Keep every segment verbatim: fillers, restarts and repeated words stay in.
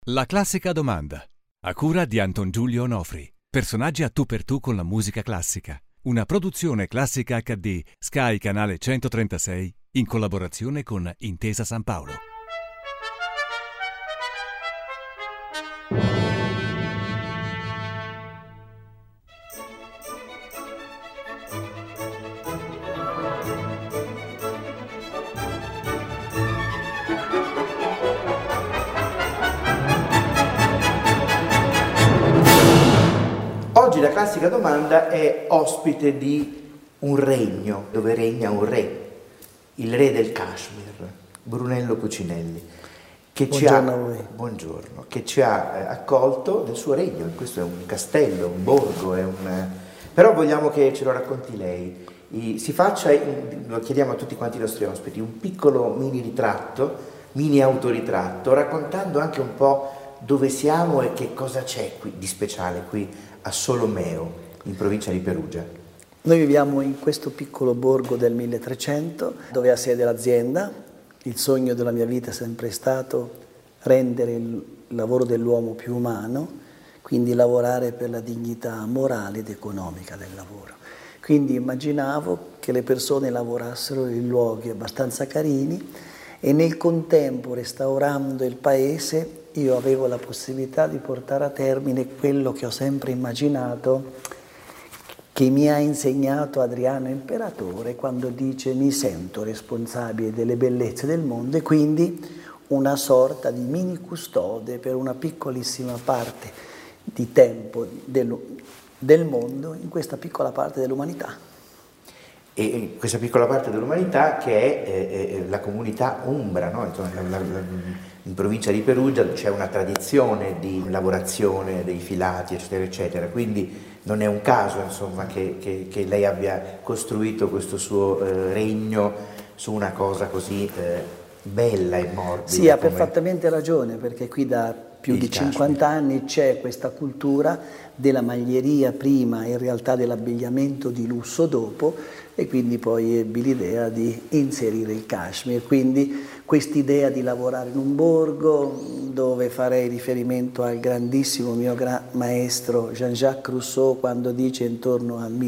La classica domanda, a cura di Anton Giulio Onofri. Personaggi a tu per tu con la musica classica. Una produzione Classica acca di, Sky Canale centotrentasei, in collaborazione con Intesa San Paolo. Oggi la classica domanda è ospite di un regno, dove regna un re, il re del Kashmir, Brunello Cucinelli, che ci Buongiorno ha, a voi. buongiorno, che ci ha eh, accolto nel suo regno. Questo è un castello, un borgo, è un... però vogliamo che ce lo racconti lei. I, si faccia, lo chiediamo a tutti quanti i nostri ospiti, un piccolo mini ritratto, mini autoritratto, raccontando anche un po' dove siamo e che cosa c'è qui di speciale qui a Solomeo, in provincia di Perugia. Noi viviamo in questo piccolo borgo del milletrecento, dove ha sede l'azienda. Il sogno della mia vita è sempre stato rendere il lavoro dell'uomo più umano, quindi lavorare per la dignità morale ed economica del lavoro. Quindi immaginavo che le persone lavorassero in luoghi abbastanza carini e nel contempo, restaurando il paese, io avevo la possibilità di portare a termine quello che ho sempre immaginato, che mi ha insegnato Adriano Imperatore quando dice mi sento responsabile delle bellezze del mondo, e quindi una sorta di mini custode per una piccolissima parte di tempo del, del mondo in questa piccola parte dell'umanità. E questa piccola parte dell'umanità che è eh, la comunità umbra, no? In provincia di Perugia c'è una tradizione di lavorazione dei filati, eccetera, eccetera, quindi non è un caso, insomma, che, che, che lei abbia costruito questo suo eh, regno su una cosa così eh, bella e morbida. Sì, ha perfettamente ragione, perché qui da più di cinquanta anni c'è questa cultura della maglieria prima e in realtà dell'abbigliamento di lusso dopo, e quindi poi ebbi l'idea di inserire il Kashmir. Quindi quest'idea di lavorare in un borgo, dove farei riferimento al grandissimo mio gra- maestro Jean-Jacques Rousseau, quando dice intorno al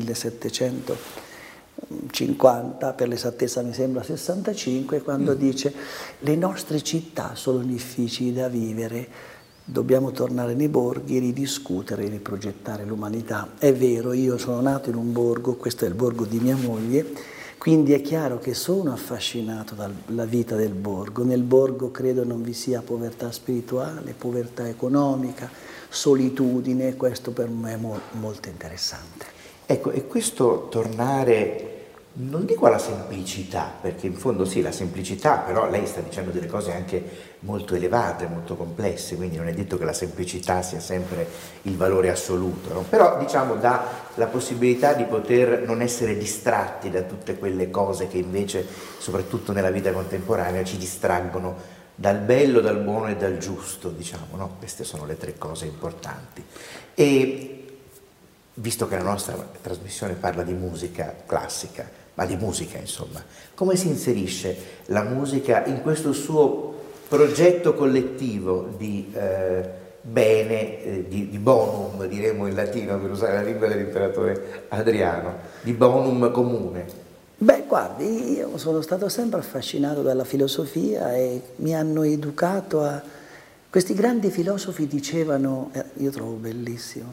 millesettecentocinquanta, per l'esattezza mi sembra sessantacinque, quando mm. dice le nostre città sono difficili da vivere, dobbiamo tornare nei borghi, ridiscutere e riprogettare l'umanità. È vero, io sono nato in un borgo, questo è il borgo di mia moglie, quindi è chiaro che sono affascinato dalla vita del borgo. Nel borgo credo non vi sia povertà spirituale, povertà economica, solitudine, questo per me è mo- molto interessante. Ecco, e questo tornare, non dico alla semplicità, perché in fondo sì, la semplicità, però lei sta dicendo delle cose anche molto elevate, molto complesse, quindi non è detto che la semplicità sia sempre il valore assoluto, no? Però diciamo dà la possibilità di poter non essere distratti da tutte quelle cose che invece, soprattutto nella vita contemporanea, ci distraggono dal bello, dal buono e dal giusto, diciamo, no? Queste sono le tre cose importanti. E visto che la nostra trasmissione parla di musica classica, ma di musica insomma, come si inserisce la musica in questo suo progetto collettivo di eh, bene, eh, di, di bonum, diremo in latino per usare la lingua dell'imperatore Adriano, di bonum comune? Beh, guardi, io sono stato sempre affascinato dalla filosofia e mi hanno educato a... Questi grandi filosofi dicevano, eh, io trovo bellissimo,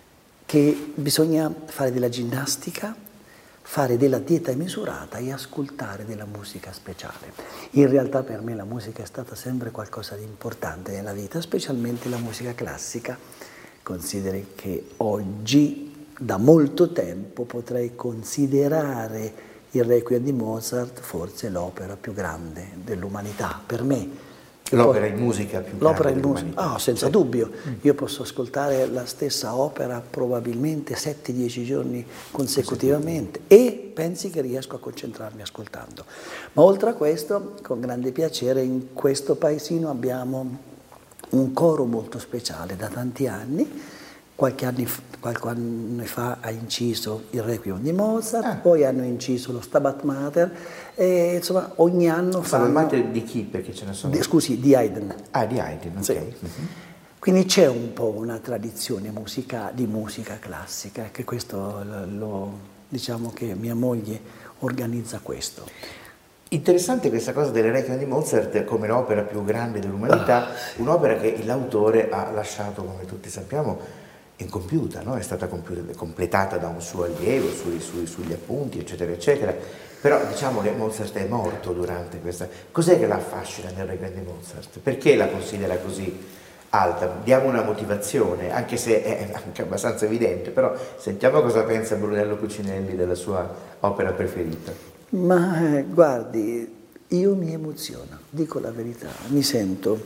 che bisogna fare della ginnastica, fare della dieta misurata e ascoltare della musica speciale. In realtà per me la musica è stata sempre qualcosa di importante nella vita, specialmente la musica classica. Consideri che oggi, da molto tempo, potrei considerare il Requiem di Mozart forse l'opera più grande dell'umanità, per me. L'opera in musica più L'opera grande in musica, ah, senza sì. dubbio. Io posso ascoltare la stessa opera probabilmente sette dieci giorni consecutivamente e pensi che riesco a concentrarmi ascoltando. Ma oltre a questo, con grande piacere, in questo paesino abbiamo un coro molto speciale da tanti anni. qualche anno, qualche anno fa ha inciso il Requiem di Mozart, ah. poi hanno inciso lo Stabat Mater, e insomma ogni anno fanno... Stabat Mater di chi? Perché ce ne sono? Di, scusi, di Haydn. Ah, di Haydn, ok. Sì. Mm-hmm. Quindi c'è un po' una tradizione musica, di musica classica, che questo lo, diciamo che mia moglie organizza questo. Interessante questa cosa del Requiem di Mozart come l'opera più grande dell'umanità, ah, sì. Un'opera che l'autore ha lasciato, come tutti sappiamo, incompiuta, no? È stata compiuta, completata da un suo allievo sui, sui, sugli appunti, eccetera, eccetera. Però diciamo che Mozart è morto durante questa... Cos'è che la affascina nel Requiem di Mozart? Perché la considera così alta? Diamo una motivazione, anche se è anche abbastanza evidente, però sentiamo cosa pensa Brunello Cucinelli della sua opera preferita. Ma eh, guardi, io mi emoziono, dico la verità, mi sento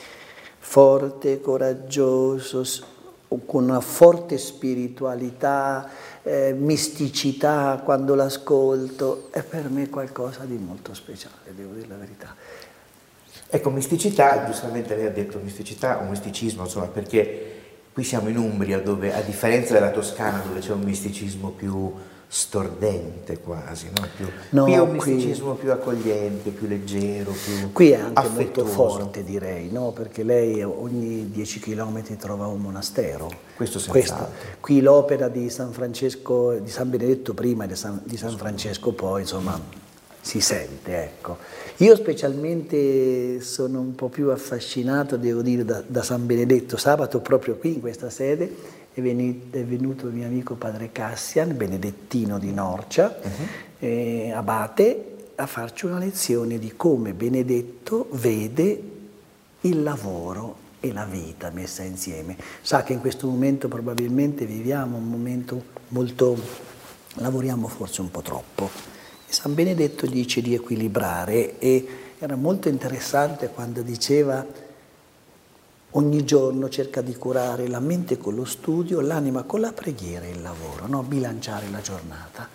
forte, coraggioso, con una forte spiritualità, eh, misticità quando l'ascolto, è per me qualcosa di molto speciale, devo dire la verità. Ecco, misticità, giustamente lei ha detto misticità o misticismo, insomma, perché qui siamo in Umbria, dove a differenza della Toscana, dove c'è un misticismo più stordente quasi, no? Più, no, qui è un qui, misticismo più accogliente, più leggero, più qui è anche affettuoso. Molto forte, direi, no? Perché lei ogni dieci chilometri trova un monastero. Questo senz'altro. Qui l'opera di San Francesco, di San Benedetto prima e di San, di San Francesco poi, insomma, si sente, ecco. Io specialmente sono un po' più affascinato, devo dire, da, da San Benedetto. Sabato proprio qui in questa sede è venuto, è venuto il mio amico padre Cassian, benedettino di Norcia, uh-huh. eh, abate, a farci una lezione di come Benedetto vede il lavoro e la vita messa insieme. Sa che in questo momento probabilmente viviamo un momento molto, lavoriamo forse un po' troppo. E San Benedetto dice di equilibrare, e era molto interessante quando diceva: ogni giorno cerca di curare la mente con lo studio, l'anima con la preghiera e il lavoro, no? Bilanciare la giornata.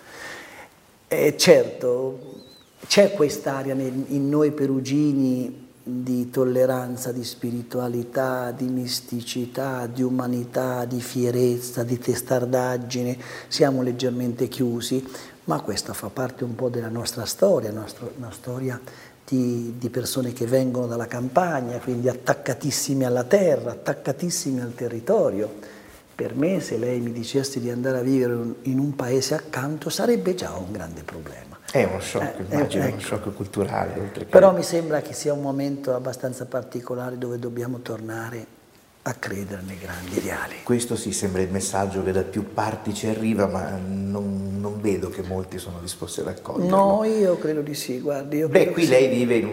E certo, c'è quest'area in noi perugini di tolleranza, di spiritualità, di misticità, di umanità, di fierezza, di testardaggine, siamo leggermente chiusi, ma questa fa parte un po' della nostra storia, nostro, una storia di, di persone che vengono dalla campagna, quindi attaccatissimi alla terra, attaccatissimi al territorio. Per me, se lei mi dicesse di andare a vivere in un paese accanto, sarebbe già un grande problema. È uno shock, eh, immagino, eh, ecco. uno shock culturale. Oltre che... Però mi sembra che sia un momento abbastanza particolare dove dobbiamo tornare a credere nei grandi ideali. Questo sì, sembra il messaggio che da più parti ci arriva, ma non, non vedo che molti sono disposti ad accoglierlo. No, io credo di sì, guardi. Io Beh, qui sì. lei vive in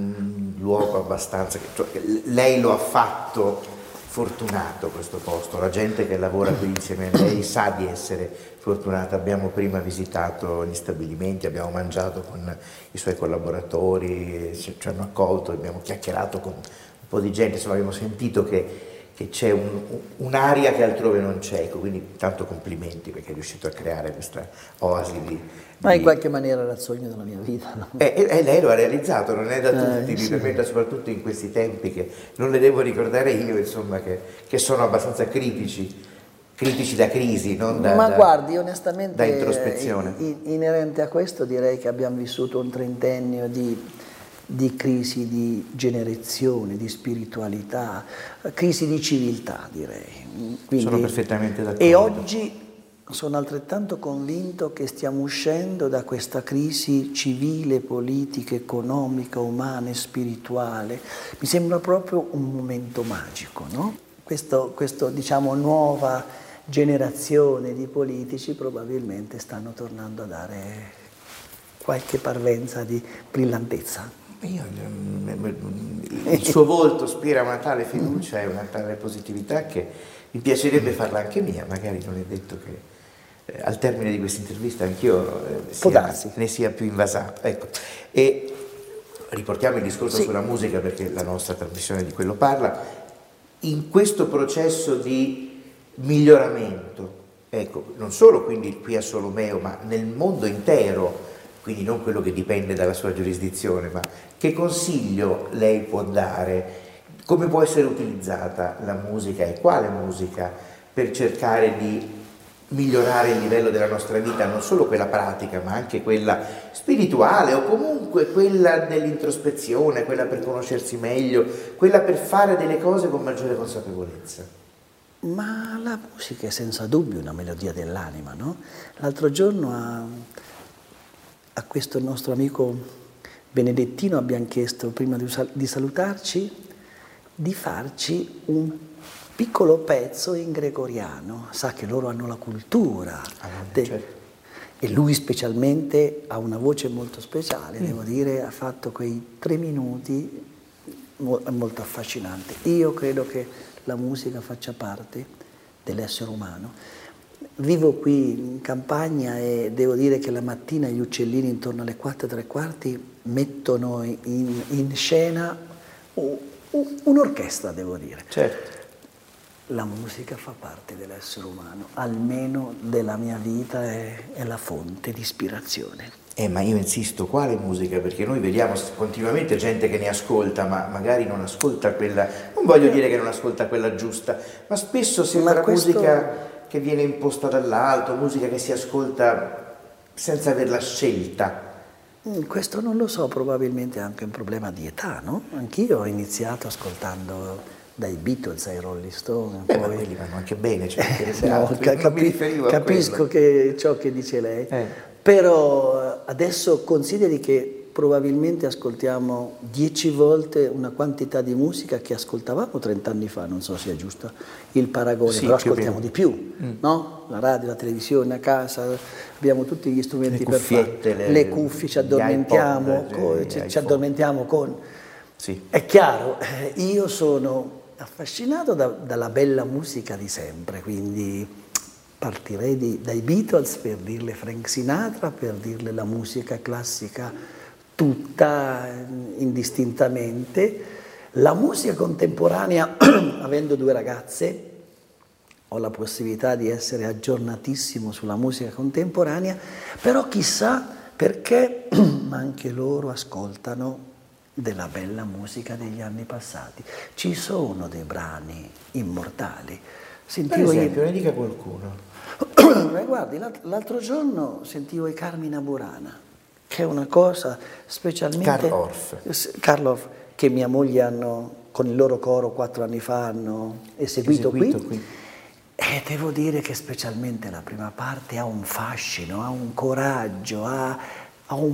un luogo abbastanza... Cioè, lei lo ha fatto fortunato questo posto, la gente che lavora qui insieme a lei sa di essere fortunata. Abbiamo prima visitato gli stabilimenti, abbiamo mangiato con i suoi collaboratori, ci, ci hanno accolto, abbiamo chiacchierato con un po' di gente, insomma abbiamo sentito che, che c'è un, un'aria che altrove non c'è, quindi tanto complimenti perché è riuscito a creare questa oasi di... Ma in qualche maniera era il sogno della mia vita. No? E, e lei lo ha realizzato, non è da tutti, eh, mi sì. permetta, soprattutto in questi tempi che non le devo ricordare io, insomma, che, che sono abbastanza critici, critici da crisi, non da, Ma da, guardi, onestamente, da introspezione. In, inerente a questo direi che abbiamo vissuto un trentennio di, di crisi di generazione, di spiritualità, crisi di civiltà, direi. Quindi, sono perfettamente d'accordo. E oggi sono altrettanto convinto che stiamo uscendo da questa crisi civile, politica, economica, umana e spirituale. Mi sembra proprio un momento magico, no? Questo, questo diciamo, nuova generazione di politici probabilmente stanno tornando a dare qualche parvenza di brillantezza. Io, il suo volto ispira una tale fiducia e una tale positività che mi piacerebbe farla anche mia, magari non è detto che eh, al termine di questa intervista anch'io eh, sia, ne sia più invasato. Ecco. E riportiamo il discorso sì. sulla musica, perché la nostra trasmissione di quello parla. In questo processo di miglioramento, ecco, non solo quindi qui a Solomeo, ma nel mondo intero, quindi non quello che dipende dalla sua giurisdizione, ma che consiglio lei può dare? Come può essere utilizzata la musica e quale musica per cercare di migliorare il livello della nostra vita, non solo quella pratica, ma anche quella spirituale o comunque quella dell'introspezione, quella per conoscersi meglio, quella per fare delle cose con maggiore consapevolezza? Ma la musica è senza dubbio una melodia dell'anima, no? L'altro giorno a, a questo nostro amico benedettino abbiamo chiesto, prima di, di salutarci, di farci un piccolo pezzo in gregoriano. Sa che loro hanno la cultura, ah, de, certo. E lui specialmente ha una voce molto speciale, mm. devo dire, ha fatto quei tre minuti mo, molto affascinanti. Io credo che la musica faccia parte dell'essere umano. Vivo qui in campagna e devo dire che la mattina gli uccellini intorno alle quattro e tre quarti mettono in, in scena un'orchestra, devo dire. Certo. La musica fa parte dell'essere umano, almeno della mia vita è, è la fonte di ispirazione. Eh, ma io insisto, quale musica? Perché noi vediamo continuamente gente che ne ascolta, ma magari non ascolta quella, non voglio dire che non ascolta quella giusta, ma spesso sembra ma questo... musica che viene imposta dall'alto, musica che si ascolta senza averla scelta. Questo non lo so, probabilmente è anche un problema di età, no? Anch'io ho iniziato ascoltando dai Beatles ai Rolling Stone. Beh, poi... ma quelli vanno anche bene, cioè, eh, no, capi... capisco che ciò che dice lei, eh. Però adesso consideri che probabilmente ascoltiamo dieci volte una quantità di musica che ascoltavamo trent'anni fa, non so se è giusto il paragone, sì, però ascoltiamo di più, mm. no? La radio, la televisione, a casa, abbiamo tutti gli strumenti per fare, le, le cuffie, ci addormentiamo, iPod, con, ci, ci addormentiamo con... Sì. È chiaro, eh, io sono affascinato da, dalla bella musica di sempre, quindi partirei di, dai Beatles per dirle Frank Sinatra, per dirle la musica classica tutta, indistintamente. La musica contemporanea, avendo due ragazze, ho la possibilità di essere aggiornatissimo sulla musica contemporanea, però chissà perché anche loro ascoltano della bella musica degli anni passati. Ci sono dei brani immortali. Sentivo per esempio, io... ne dica qualcuno. Beh, guardi, l'altro giorno sentivo i Carmina Burana, che è una cosa specialmente... Carl Orff. Carl Orff, che mia moglie hanno, con il loro coro quattro anni fa, hanno eseguito, eseguito qui. qui. E devo dire che specialmente la prima parte ha un fascino, ha un coraggio, ha, ha un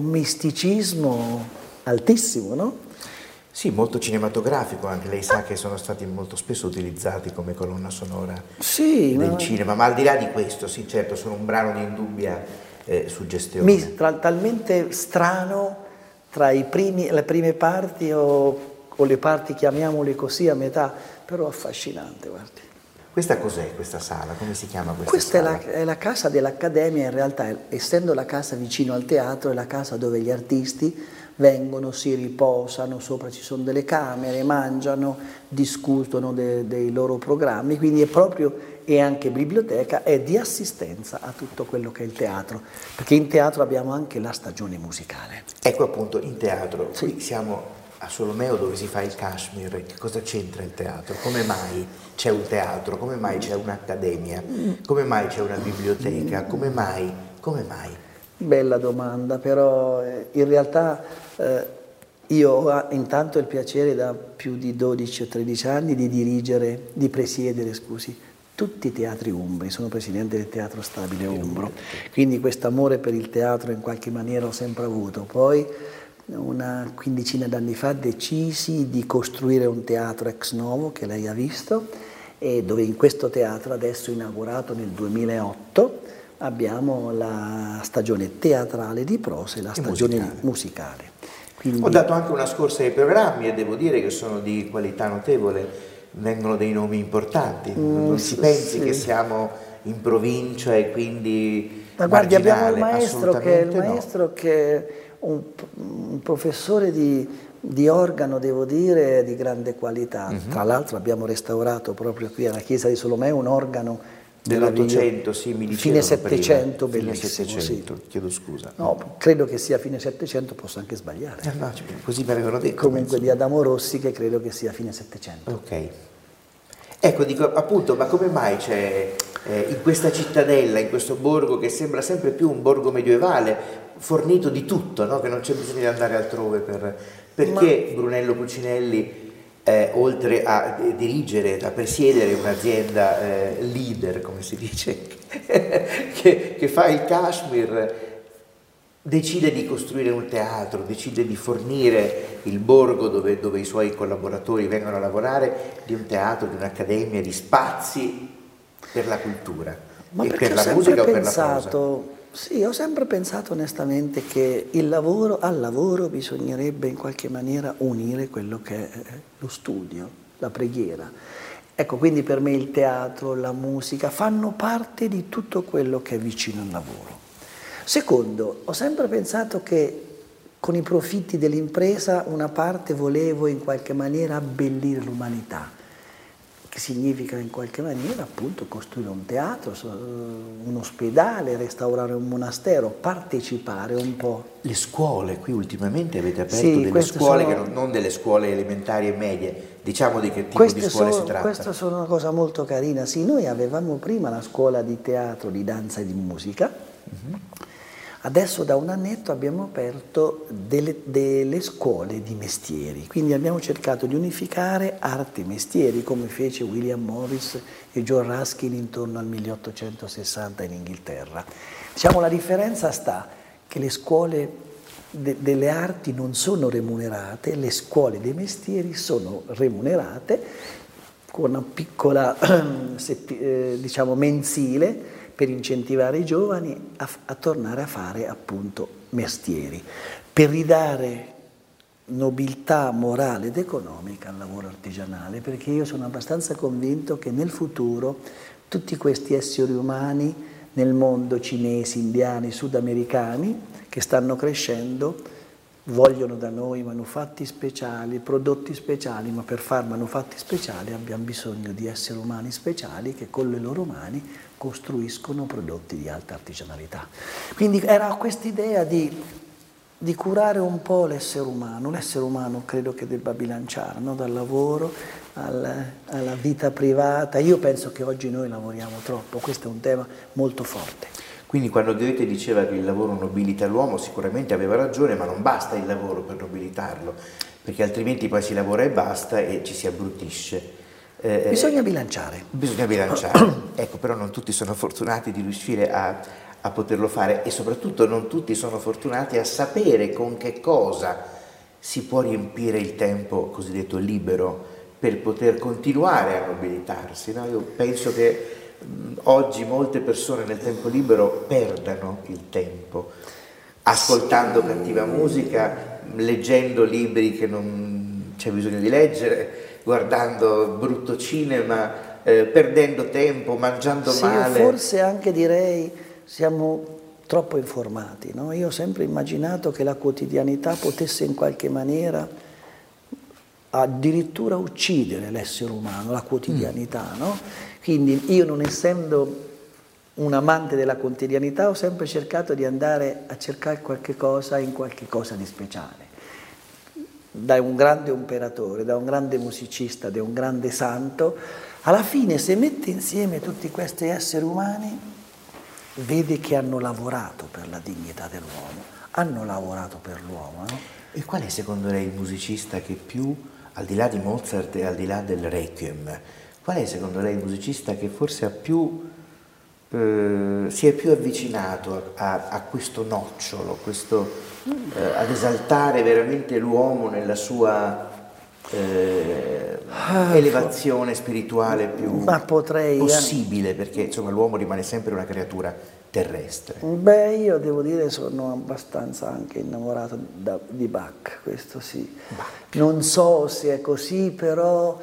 misticismo altissimo, no? Sì, molto cinematografico anche, lei sa che sono stati molto spesso utilizzati come colonna sonora sì, del ma... cinema, ma al di là di questo, sì certo, sono un brano di indubbia eh, suggestione. Mi, tra, talmente strano tra i primi, le prime parti o, o le parti, chiamiamole così, a metà, però affascinante, guardi. Questa cos'è, questa sala? Come si chiama questa, questa sala? Questa è, è la casa dell'Accademia, in realtà, essendo la casa vicino al teatro, è la casa dove gli artisti vengono, si riposano, sopra ci sono delle camere, mangiano, discutono de, dei loro programmi, quindi è proprio, e anche biblioteca, è di assistenza a tutto quello che è il teatro, perché in teatro abbiamo anche la stagione musicale. Ecco appunto, in teatro, sì. Qui siamo a Solomeo dove si fa il Kashmir, che cosa c'entra il teatro? Come mai c'è un teatro? Come mai c'è un'accademia? Come mai c'è una biblioteca? Come mai? Come mai? Bella domanda, però eh, in realtà eh, io ho intanto il piacere da più di dodici o tredici anni di dirigere, di presiedere, scusi, tutti i teatri umbri, sono presidente del Teatro Stabile Umbro, quindi questo amore per il teatro in qualche maniera ho sempre avuto. Poi una quindicina d'anni fa decisi di costruire un teatro ex novo che lei ha visto e dove in questo teatro, adesso inaugurato nel duemilaotto, abbiamo la stagione teatrale di prosa e la stagione musicale. musicale. Quindi... Ho dato anche una scorsa ai programmi e devo dire che sono di qualità notevole, vengono dei nomi importanti, mm, non si pensi sì. che siamo in provincia e quindi ma guardi, abbiamo il maestro che è il maestro no. che un, un professore di, di organo, devo dire, di grande qualità. Mm-hmm. Tra l'altro abbiamo restaurato proprio qui alla chiesa di Solomeo un organo dell'Ottocento, sì, mi fine Settecento, bellissimo, fine Settecento, sì. Chiedo scusa. No, credo che sia fine Settecento, posso anche sbagliare. Eh no, così mi avevano detto. Comunque penso. Di Adamo Rossi che credo che sia fine Settecento. Ok. Ecco, dico appunto, ma come mai c'è eh, in questa cittadella, in questo borgo che sembra sempre più un borgo medievale, fornito di tutto, no? Che non c'è bisogno di andare altrove per... Perché ma... Brunello Cucinelli, eh, oltre a dirigere, a presiedere un'azienda eh, leader, come si dice, che, che fa il Kashmir, decide di costruire un teatro, decide di fornire il borgo dove, dove i suoi collaboratori vengono a lavorare di un teatro, di un'accademia, di spazi per la cultura, ma e per la musica pensato, o per la prosa? Sì, ho sempre pensato onestamente che il lavoro, al lavoro bisognerebbe in qualche maniera unire quello che è lo studio, la preghiera. Ecco, quindi per me il teatro, la musica fanno parte di tutto quello che è vicino al lavoro. Secondo, ho sempre pensato che con i profitti dell'impresa una parte volevo in qualche maniera abbellire l'umanità, che significa in qualche maniera appunto costruire un teatro, un ospedale, restaurare un monastero, partecipare un po'. Le scuole, qui ultimamente avete aperto sì, delle scuole, sono... che non, non delle scuole elementari e medie, diciamo di che tipo queste di scuole sono, si tratta? Questa sono una cosa molto carina, sì, noi avevamo prima la scuola di teatro, di danza e di musica. Uh-huh. Adesso da un annetto abbiamo aperto delle, delle scuole di mestieri, quindi abbiamo cercato di unificare arte e mestieri come fece William Morris e John Ruskin intorno al milleottocentosessanta in Inghilterra. Diciamo la differenza sta che le scuole de, delle arti non sono remunerate, le scuole dei mestieri sono remunerate con una piccola eh, diciamo mensile per incentivare i giovani a, a tornare a fare appunto mestieri, per ridare nobiltà morale ed economica al lavoro artigianale, perché io sono abbastanza convinto che nel futuro tutti questi esseri umani nel mondo, cinesi, indiani, sudamericani, che stanno crescendo, vogliono da noi manufatti speciali, prodotti speciali, ma per fare manufatti speciali abbiamo bisogno di esseri umani speciali che con le loro mani costruiscono prodotti di alta artigianalità. Quindi era questa idea di, di curare un po' l'essere umano. L'essere umano credo che debba bilanciare, no? Dal lavoro alla, alla vita privata. Io penso che oggi noi lavoriamo troppo, questo è un tema molto forte. Quindi quando Goethe diceva che il lavoro nobilita l'uomo, sicuramente aveva ragione, ma non basta il lavoro per nobilitarlo, perché altrimenti poi si lavora e basta e ci si abbrutisce. Eh, bisogna bilanciare. Bisogna bilanciare, ecco, però non tutti sono fortunati di riuscire a, a poterlo fare e soprattutto non tutti sono fortunati a sapere con che cosa si può riempire il tempo cosiddetto libero per poter continuare a nobilitarsi, no? Io penso che oggi molte persone nel tempo libero perdano il tempo, ascoltando sì. cattiva musica, leggendo libri che non c'è bisogno di leggere, guardando brutto cinema, eh, perdendo tempo, mangiando sì, male. Forse anche direi siamo troppo informati, no? Io ho sempre immaginato che la quotidianità potesse in qualche maniera addirittura uccidere l'essere umano, la quotidianità, mm. no? Quindi io, non essendo un amante della quotidianità, ho sempre cercato di andare a cercare qualche cosa in qualche cosa di speciale. Da un grande operatore, da un grande musicista, da un grande santo, alla fine se mette insieme tutti questi esseri umani, vede che hanno lavorato per la dignità dell'uomo, hanno lavorato per l'uomo. No? E qual è secondo lei il musicista che più, al di là di Mozart e al di là del Requiem, qual è secondo lei il musicista che forse ha più, eh, si è più avvicinato a, a, a questo nocciolo, questo, eh, ad esaltare veramente l'uomo nella sua eh, elevazione spirituale più Ma potrei, possibile, eh. perché insomma l'uomo rimane sempre una creatura terrestre. Beh, io devo dire sono abbastanza anche innamorato da, di Bach, questo sì. Bach. Non so se è così, però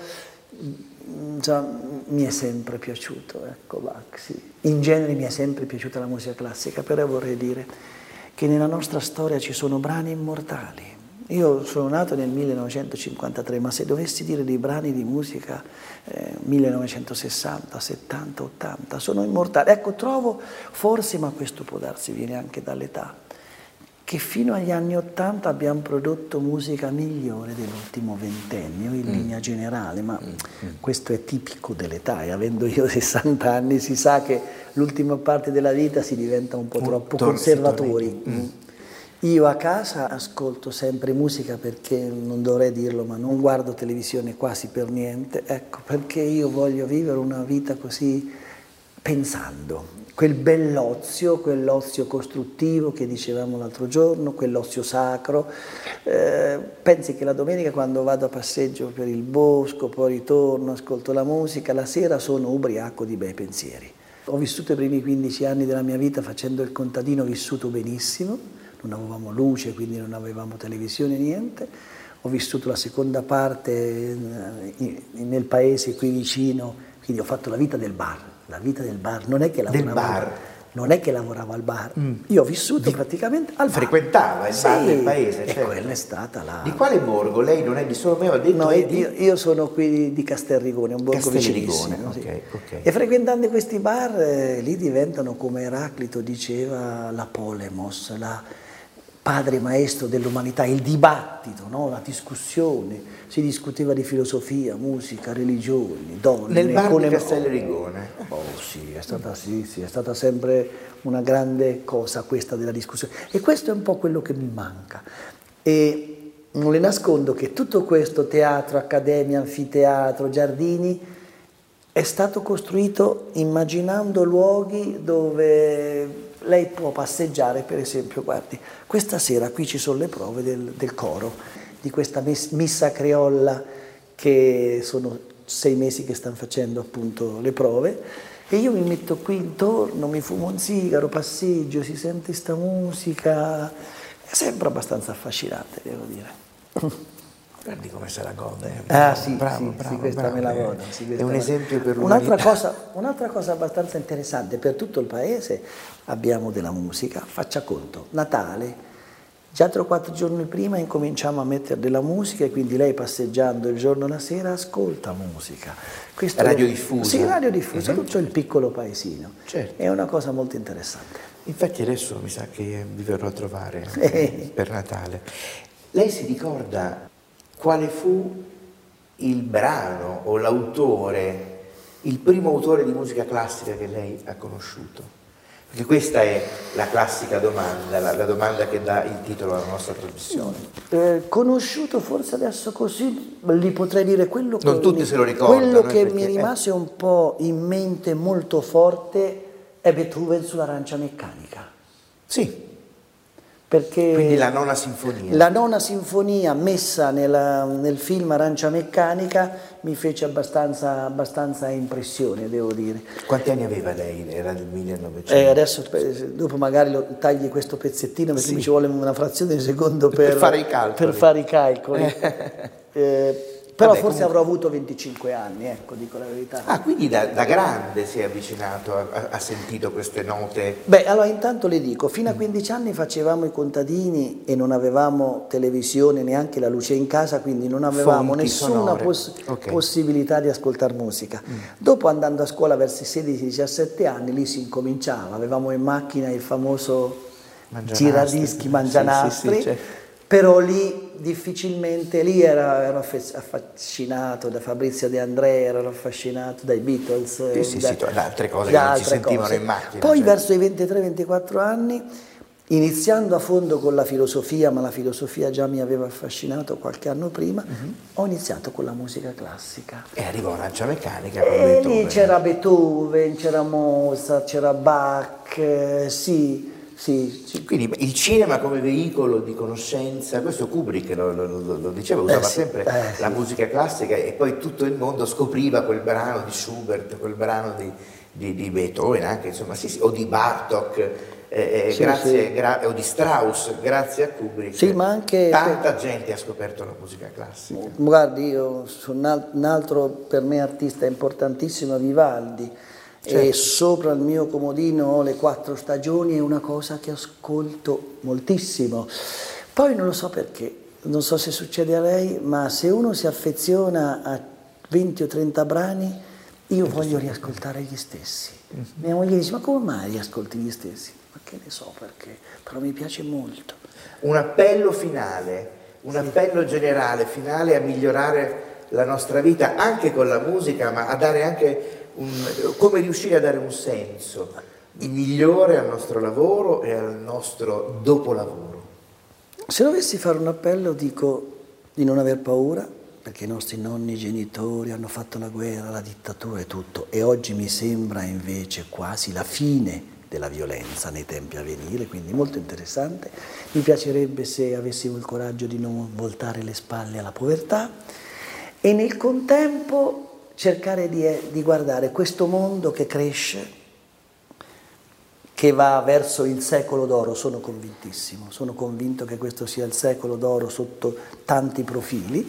già, mi è sempre piaciuto, ecco, Bach, sì. In genere mi è sempre piaciuta la musica classica, però vorrei dire che nella nostra storia ci sono brani immortali. Io sono nato nel millenovecentocinquantatré, ma se dovessi dire dei brani di musica eh, millenovecentosessanta, settanta, ottanta, sono immortali. Ecco, trovo forse, ma questo può darsi, viene anche dall'età, che fino agli anni Ottanta abbiamo prodotto musica migliore dell'ultimo ventennio in mm. linea generale, ma mm. questo è tipico dell'età e avendo io sessanta anni si sa che l'ultima parte della vita si diventa un po' troppo Tor- conservatori. Mm. Io a casa ascolto sempre musica perché, non dovrei dirlo, ma non guardo televisione quasi per niente, ecco, perché io voglio vivere una vita così pensando. Quel bell'ozio, quell'ozio costruttivo che dicevamo l'altro giorno, quell'ozio sacro. Eh, pensi che la domenica quando vado a passeggio per il bosco, poi ritorno, ascolto la musica, la sera sono ubriaco di bei pensieri. Ho vissuto i primi quindici anni della mia vita facendo il contadino, ho vissuto benissimo, non avevamo luce, quindi non avevamo televisione, niente. Ho vissuto la seconda parte nel paese qui vicino, quindi ho fatto la vita del bar. La vita del bar, non è che lavoravo, del bar. Non è che lavoravo al bar, mm. io ho vissuto di, praticamente al bar. Frequentava il sì, bar del paese. E certo. quella è stata la... Di quale borgo? Lei non è di Solomeo, ha detto No, è di... io, io sono qui di Castelrigone, un borgo vicinissimo. Okay, sì. okay. E frequentando questi bar, eh, lì diventano, come Eraclito diceva, la polemos, la padre maestro dell'umanità, il dibattito, no? La discussione. Si discuteva di filosofia, musica, religioni, donne. Nel bar con di le... Castelrigone? Oh sì, è stata, sì, sì, è stata sempre una grande cosa questa della discussione. E questo è un po' quello che mi manca. E non le nascondo che tutto questo, teatro, accademia, anfiteatro, giardini, è stato costruito immaginando luoghi dove lei può passeggiare, per esempio, guardi, questa sera qui ci sono le prove del, del coro, di questa missa creolla che sono sei mesi che stanno facendo appunto le prove e io mi metto qui intorno, mi fumo un sigaro, passeggio, si sente sta musica, è sempre abbastanza affascinante, devo dire. Guardi come se la gode. Ah sì, bravo, sì, bravo, sì, questa bravo, me la eh. godo. Sì, è un esempio per un'altra l'umanità. cosa, un'altra cosa abbastanza interessante, per tutto il paese abbiamo della musica, faccia conto, Natale, già tre o quattro giorni prima incominciamo a mettere della musica e quindi lei passeggiando il giorno e la sera ascolta musica. Questo radiodiffusa. Sì, radiodiffusa, uh-huh. tutto il piccolo paesino. Certo. È una cosa molto interessante. Infatti adesso mi sa che vi verrò a trovare per Natale. Lei si ricorda quale fu il brano o l'autore, il primo autore di musica classica che lei ha conosciuto? Perché questa è la classica domanda, la, la domanda che dà il titolo alla nostra trasmissione. Eh, conosciuto forse adesso così, gli potrei dire quello che, non tutti mi, se lo ricordano, quello che perché, mi rimase eh. un po' in mente molto forte è Beethoven sull'Arancia Meccanica. Sì. Perché quindi la nona sinfonia. La nona sinfonia messa nella, nel film Arancia Meccanica mi fece abbastanza, abbastanza impressione, devo dire. Quanti anni aveva lei? Era del millenovecento? Eh, adesso dopo magari lo tagli questo pezzettino perché sì. mi ci vuole una frazione di secondo per, per fare i calcoli. Per fare i calcoli. eh, però Vabbè, forse comunque... avrò avuto venticinque anni, ecco, dico la verità. Ah, quindi da, da grande si è avvicinato, ha, ha sentito queste note? Beh, allora intanto le dico, fino a quindici anni facevamo i contadini e non avevamo televisione, neanche la luce in casa, quindi non avevamo Fonti nessuna poss- okay. possibilità di ascoltare musica. Mm. Dopo andando a scuola verso i sedici diciassette anni, lì si incominciava, avevamo in macchina il famoso mangianastri. giradischi mangianastri, sì, sì, sì, certo. Però lì difficilmente, lì ero, ero affascinato da Fabrizio De André, ero affascinato dai Beatles, sì, sì, da, sì, da altre cose da che non si sentivano cose. in macchina. Poi certo. verso i ventitré ventiquattro anni, iniziando a fondo con la filosofia, ma la filosofia già mi aveva affascinato qualche anno prima, uh-huh. ho iniziato con la musica classica. E arrivò Arancia Meccanica con e Beethoven. Lì c'era Beethoven, c'era Mozart, c'era Bach, eh, sì. Sì, sì. Quindi il cinema come veicolo di conoscenza, questo Kubrick lo, lo, lo, lo diceva, usava eh sì, sempre eh la sì. musica classica e poi tutto il mondo scopriva quel brano di Schubert, quel brano di, di, di Beethoven anche, insomma, sì, sì, o di Bartok, eh, sì, grazie, sì. Gra- o di Strauss, grazie a Kubrick. Sì, ma anche tanta per... gente ha scoperto la musica classica. Guardi, io sono un altro per me artista importantissimo, Vivaldi. Certo. E sopra il mio comodino ho le quattro stagioni, è una cosa che ascolto moltissimo. Poi non lo so perché, non so se succede a lei, ma se uno si affeziona a venti o trenta brani, io voglio riascoltare gli stessi. Mm-hmm. Mia moglie dice, ma come mai riascolti gli stessi? ma che ne so perché, però mi piace molto. Un appello finale, un sì. appello generale, finale a migliorare la nostra vita anche con la musica, ma a dare anche un, come riuscire a dare un senso migliore al nostro lavoro e al nostro dopolavoro. Se dovessi fare un appello dico di non aver paura, perché i nostri nonni, i genitori hanno fatto la guerra, la dittatura e tutto, e oggi mi sembra invece quasi la fine della violenza nei tempi a venire, quindi molto interessante. Mi piacerebbe se avessimo il coraggio di non voltare le spalle alla povertà e nel contempo cercare di, di guardare questo mondo che cresce, che va verso il secolo d'oro. Sono convintissimo, sono convinto che questo sia il secolo d'oro sotto tanti profili,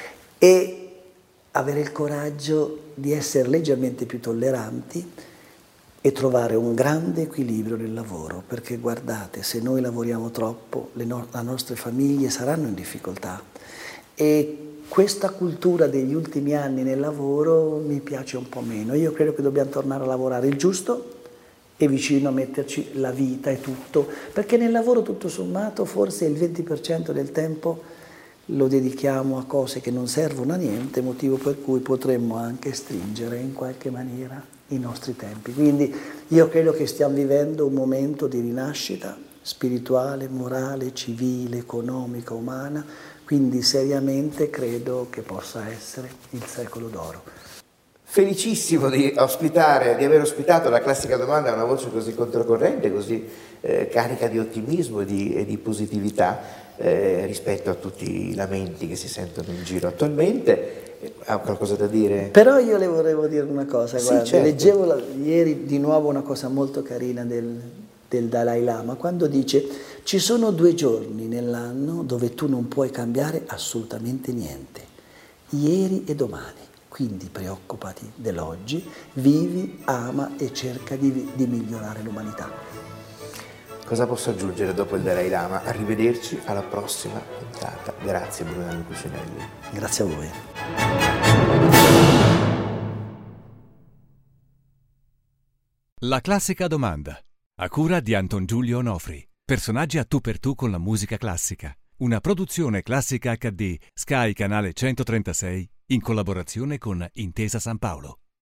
e avere il coraggio di essere leggermente più tolleranti e trovare un grande equilibrio nel lavoro, perché guardate, se noi lavoriamo troppo, le, no- le nostre famiglie saranno in difficoltà, e questa cultura degli ultimi anni nel lavoro mi piace un po' meno. Io credo che dobbiamo tornare a lavorare il giusto e vicino a metterci la vita e tutto, perché nel lavoro tutto sommato forse il venti per cento del tempo lo dedichiamo a cose che non servono a niente, motivo per cui potremmo anche stringere in qualche maniera i nostri tempi. Quindi io credo che stiamo vivendo un momento di rinascita spirituale, morale, civile, economica, umana, quindi seriamente credo che possa essere il secolo d'oro. Felicissimo di ospitare, di aver ospitato la Classica Domanda, una voce così controcorrente, così eh, carica di ottimismo e di, e di positività eh, rispetto a tutti i lamenti che si sentono in giro attualmente. Ha qualcosa da dire? Però io le volevo dire una cosa, sì, guarda, certo. Leggevo la, ieri di nuovo una cosa molto carina del, del Dalai Lama, quando dice: ci sono due giorni nell'anno dove tu non puoi cambiare assolutamente niente, ieri e domani. Quindi preoccupati dell'oggi, vivi, ama e cerca di, di migliorare l'umanità. Cosa posso aggiungere dopo il Dalai Lama? Arrivederci alla prossima puntata. Grazie Brunello Cucinelli. Grazie a voi. La Classica Domanda, a cura di Anton Giulio Onofri. Personaggi a tu per tu con la musica classica. Una produzione Classica acca di Sky Canale centotrentasei in collaborazione con Intesa San Paolo.